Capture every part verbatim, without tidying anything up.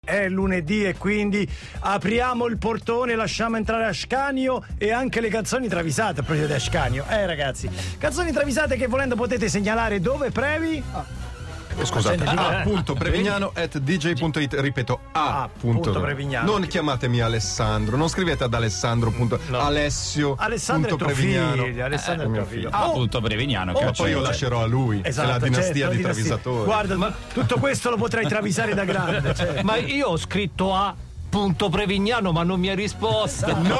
È lunedì e quindi apriamo il portone, lasciamo entrare Ascanio e anche le canzoni travisate. A proposito di Ascanio, eh ragazzi, canzoni travisate che volendo potete segnalare dove Previ? Ah. Scusate, a punto Prevignano at d j punto it, ripeto a punto Prevignano. Non chiamatemi Alessandro, non scrivete ad Alessandro punto, no. Alessio Alessandro punto è tuo Prevignano. figlio, Alessandro eh, è tuo figlio. A oh. punto Prevignano, che oh, poi io lascerò a lui, esatto, è la dinastia certo, di travisatori. Guarda, ma tutto questo lo potrai travisare da grande, certo. Ma io ho scritto a punto Prevignano, ma non mi ha risposto. No!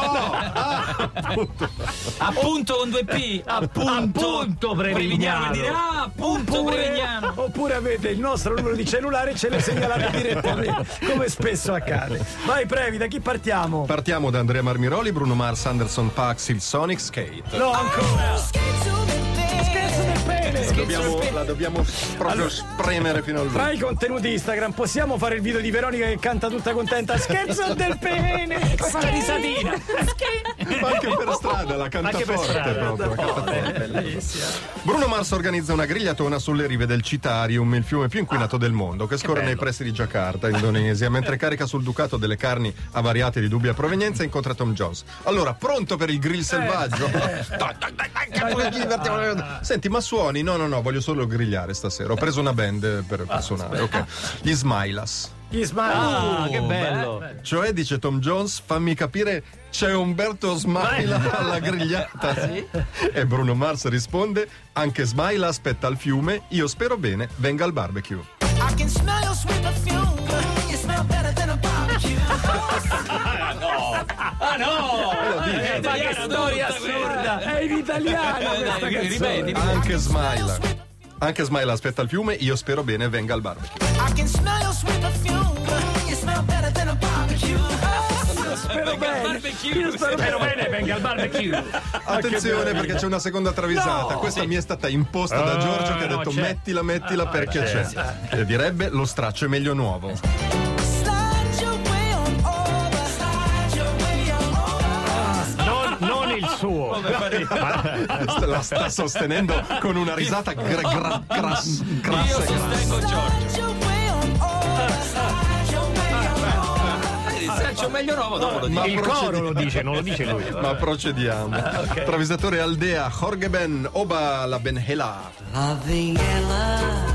Appunto con due P. Appunto, appunto Prevignano. Prevignano dire, ah, appunto oppure, Prevignano. Oppure avete il nostro numero di cellulare e ce le segnalate direttamente, come spesso accade. Vai Previ, da chi partiamo? Partiamo da Andrea Marmiroli, Bruno Mars, Anderson Paak, il Sonic Skate. No, ancora. Scherzo del pene. La dobbiamo, la dobbiamo proprio allora, spremere fino al fra i contenuti Instagram possiamo fare il video di Veronica che canta tutta contenta scherzo del pene, fa la risatina, ma anche per strada la canta anche forte strada, proprio, forte, è bellissima. Bruno Mars organizza una grigliatona sulle rive del Citarium, il fiume più inquinato ah, del mondo, che scorre che nei pressi di Giacarta, Indonesia, mentre carica sul ducato delle carni avariate di dubbia provenienza incontra Tom Jones. Allora, pronto per il grill selvaggio? Eh, eh, dai, dai, dai, dai, che ci divertiamo. Senti, ma suoni? No, no, no, voglio solo grigliare stasera. Ho preso una band per, per ah, suonare, ok. Gli Smilas. Gli Smilas. Ah, che bello. bello. Cioè, dice Tom Jones, fammi capire, c'è Umberto Smaila alla grigliata. Ah, sì? E Bruno Mars risponde, anche Smaila aspetta al fiume, io spero bene, venga al barbecue. I can smell your sweet perfume. You smell better than a barbecue. Ah no! Ah no! Eh, ma che storia assurda! È in italiano questa canzone. Ripeti, anche Smaila. Anche Smaila aspetta al fiume, io spero bene, venga al barbecue. I can smell your sweet perfume. You smell better than a barbecue. Spero bene, io spero bene, bene, venga al barbecue. Attenzione perché c'è una seconda travisata. No, Questa sì. mi è stata imposta uh, da Giorgio che ha detto no, mettila, mettila uh, perché c'è. c'è. E direbbe lo straccio è meglio nuovo. Non, non il suo. La sta sostenendo con una risata gra, gra, gras, grassa. Io sostengo Giorgio. C'è meglio nuovo dopo lo dice. Il coro lo dice, non lo dice lui. Ma procediamo. Ah, okay. Travisatore Aldea, Jorge Ben, Oba la Benhela. La Benhela.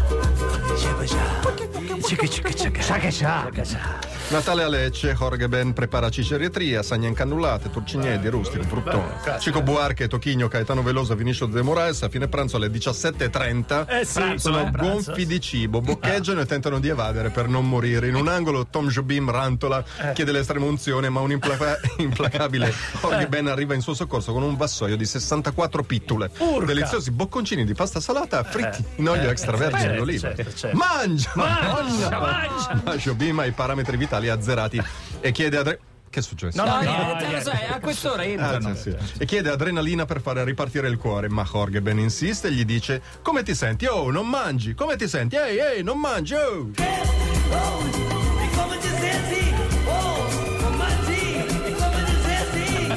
Natale a Lecce, Jorge Ben prepara cicerietria, sagna incannullate, turcignedi, rustico, fruttone. Cico Buarche, Tocchigno, Caetano Veloso, Vinicio De Moraes a fine pranzo alle diciassette e trenta eh sì, sono eh, gonfi pranzo. di cibo, boccheggiano e tentano di evadere per non morire. In un angolo Tom Jobim rantola, eh. chiede l'estrema unzione, ma un implaca- implacabile Jorge eh. Ben arriva in suo soccorso con un vassoio di sessantaquattro pittule. Urca. Deliziosi bocconcini di pasta salata fritti eh. in olio eh. extravergine eh. d'oliva. Certo, certo. Mangia! Mangia! Mangia! Ma Jobim ha i parametri vitali azzerati e chiede adre- che è successo? No, no, no, niente, lo sai, a quest'ora entrano. Ah, sì, sì. E chiede adrenalina per fare ripartire il cuore, ma Jorge Ben insiste e gli dice: come ti senti? Oh, non mangi! Come ti senti? Ehi, ehi, non mangi! Oh! E come ti senti? Oh, non mangi! E come ti senti?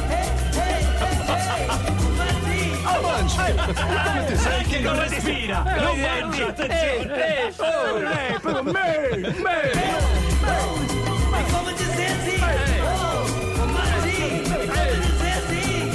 Oh, mangi! Come ti senti? Che non respira! Non mangi! Attenzione! Eh, eh, però me, me! E come ti senti? Oh, non mangi! E come ti senti?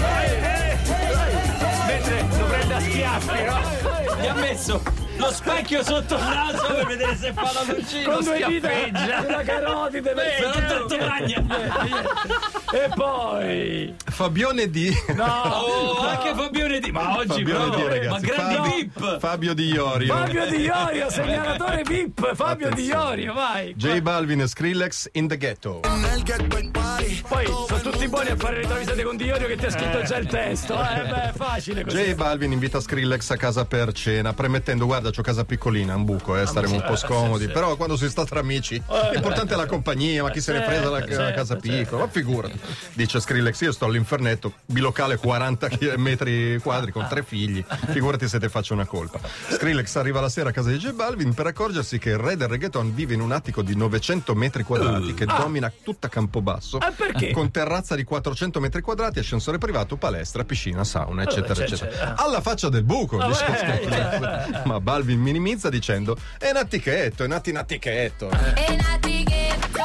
Mentre lo prende a schiaffi, no? Gli ha messo lo specchio sotto il naso per vedere se fa la lucina. Con due dita una carotide eh, non tanto magna. E poi Fabione di no, oh, anche Fabione di ma oggi Fabione proprio, di, ragazzi. ma grandi Fabio, V I P Fabio Di Iorio Fabio Di Iorio, segnalatore V I P Fabio Attenzione. Di Iorio, vai. J Balvin e Skrillex in the ghetto. Poi sono tutti buoni a fare le travisate con Di Iorio che ti ha scritto già il testo. Eh beh, facile così. J Balvin invita Skrillex a casa per cena, premettendo: guarda, c'ho casa piccolina, un buco, eh, staremo un po' scomodi. Però quando si sta tra amici, l'importante è la compagnia, ma chi se ne frega la, la casa piccola? Ma figurati, dice Skrillex, io sto all'infernetto, bilocale quaranta metri quadri con tre figli, figurati se te faccio una colpa. Skrillex arriva la sera a casa di J Balvin per accorgersi che il re del reggaeton vive in un attico di novecento metri quadrati che ah. domina tutta Campobasso, ah, perché? con terrazza di quattrocento metri quadrati, ascensore privato, palestra, piscina, sauna, eccetera, c'è, eccetera. c'è. Alla faccia del buco, ah, dice beh, Skrillex. Ma Balvin minimizza dicendo: è un attichetto, è nati in attichetto. È un attichetto.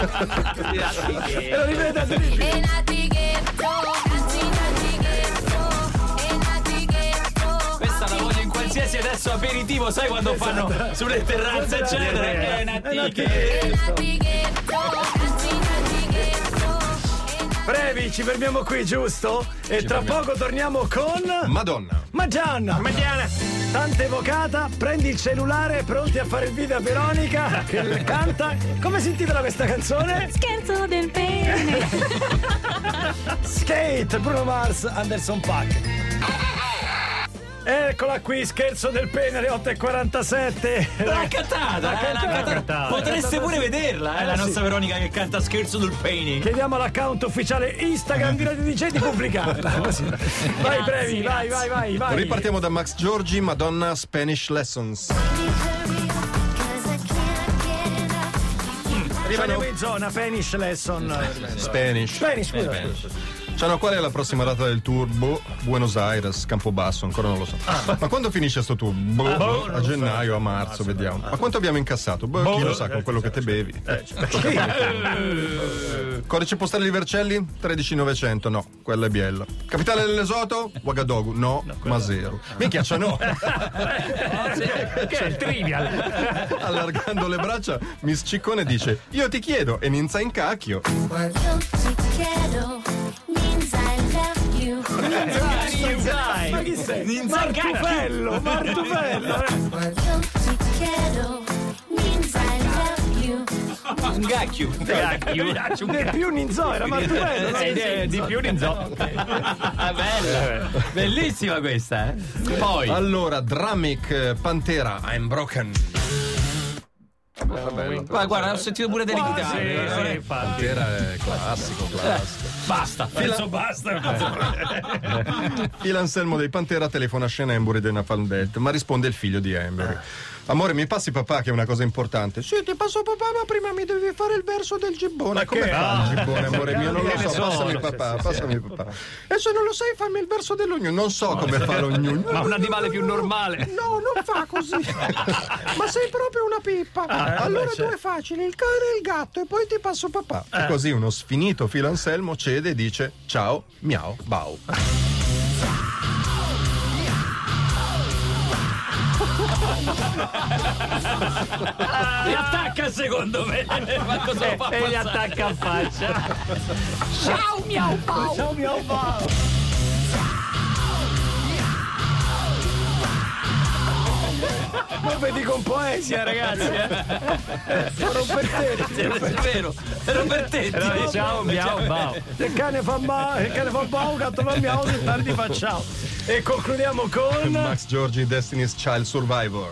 E lo ripete di più. Questa la voglio in qualsiasi adesso aperitivo, sai quando fanno sulle terrazze eccetera. È una Brevi, ci fermiamo qui, giusto? E Ci tra fermiamo. poco torniamo con Madonna. Madonna. Madonna. Tanta evocata, prendi il cellulare, pronti a fare il video a Veronica che canta. Come si intitola questa canzone? Scherzo del pene. Skate, Bruno Mars, Anderson Paak. Eccola qui, scherzo del pene alle otto e quarantasette. L'ha cantata, L'ha eh, l'ha cantata. cantata. Potreste pure vederla, eh, la Eh, nostra sì. Veronica che canta Scherzo del Pene. Chiediamo all'account ufficiale Instagram di Radio D J di pubblicarla. Così. Vai, Brevi, vai, vai, vai, vai. Ripartiamo da Max Giorgi, Madonna Spanish Lessons. Rimaniamo in zona, Spanish lesson. Spanish. Spanish, scusa. Cioè, qual è la prossima data del tour? Boh, Buenos Aires, Campobasso, ancora non lo so. Ma quando finisce sto tour? Boh, a gennaio, a marzo, vediamo. Ma quanto abbiamo incassato? Boh, chi lo sa, con quello che te bevi. Codice postale di Vercelli? tredici novecento, no, quella è Biella. Capitale dell'Esoto? Ouagadougou, no, ma zero. Minchia, c'è no. Che è il trivial. Allargando le braccia, Miss Ciccone dice: io ti chiedo, e ninza in cacchio. Ma chi sei? Martufello, Martufello. Un gacchio. Di più Ninzo, era Martufello. no? Di più Ninzo. Bella. Bellissima questa, eh. Poi. Allora, Dramic, Pantera, I'm broken. Ma guarda, ho sentito pure delle chitarre. Pantera è classico, classico. Basta, penso basta. Il Anselmo dei Pantera telefona a Scenemburi dei Napalm Death, ma risponde il figlio di Embry. Amore, mi passi papà che è una cosa importante. Sì, ti passo papà, ma prima mi devi fare il verso del gibbone. Ma come che? fa il gibbone, amore mio? Non lo so, so, passami sì, papà, sì, passami papà. E se non lo sai, fammi il verso dell'ognuno. Non so come fa l'ognuno. Ma un animale più normale. No, non fa così. Ma sei proprio una pippa. Allora due facili, il cane e il gatto, e poi ti passo papà. E così uno sfinito filo Anselmo cede e dice: ciao, miau, bau. Li attacca secondo me. Ma cosa lo fa E gli passare? attacca a faccia. Ciao miau pau. Ciao miau pau. Ma vedi con poesia, ragazzi. Eh? Sono per te. È vero, ero per te. Ciao miau pau. Il cane fa ma, il cane fa bau, il gatto fa miau, il tardi fa ciao. E concludiamo con Max Giorgi, Destiny's Child Survivor.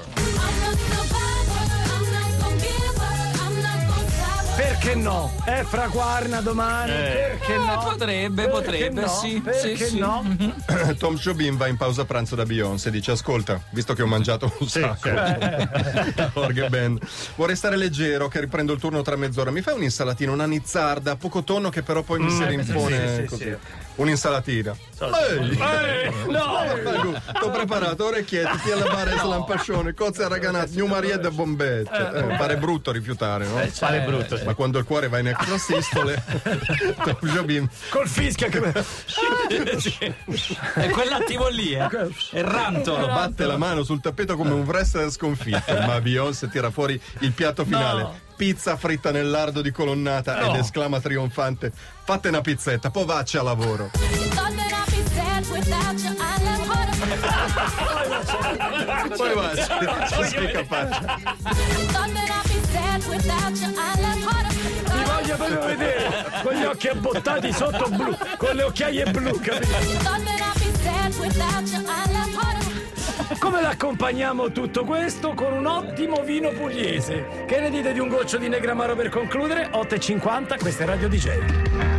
Perché no? È fra Quarna domani, perché no? Potrebbe, Perché potrebbe, no? sì. Perché sì, sì. no? Tom Jobim va in pausa pranzo da Beyoncé e dice: ascolta, visto che ho mangiato un sacco, Jorge Ben, vorrei stare leggero, che riprendo il turno tra mezz'ora. Mi fai un'insalatina, una nizzarda, poco tonno, che però poi mi si rimpone sì, sì, così. sì. Un'insalatina. Ehi! No! T'ho preparato orecchietti, alla bara e slampascione, cozze raganate, new marietta e bombette. Eh, pare brutto rifiutare, no? Pare brutto, sì. Ma quando il cuore va in ecrosistole, Tom Jobim Col fischio che... È quell'attimo lì, eh. È rantolo. batte la mano sul tappeto come un wrestler sconfitto, ma Beyoncé tira fuori il piatto finale. No. Pizza fritta nel lardo di colonnata ed esclama trionfante: fate una pizzetta, poi vacci a lavoro. Poi vacci, se sei capace. Ti voglio proprio vedere con gli occhi abbottati sotto blu, con le occhiaie blu, capito? Come l'accompagniamo tutto questo? Con un ottimo vino pugliese. Che ne dite di un goccio di Negramaro per concludere? otto e cinquanta, questa è Radio D J.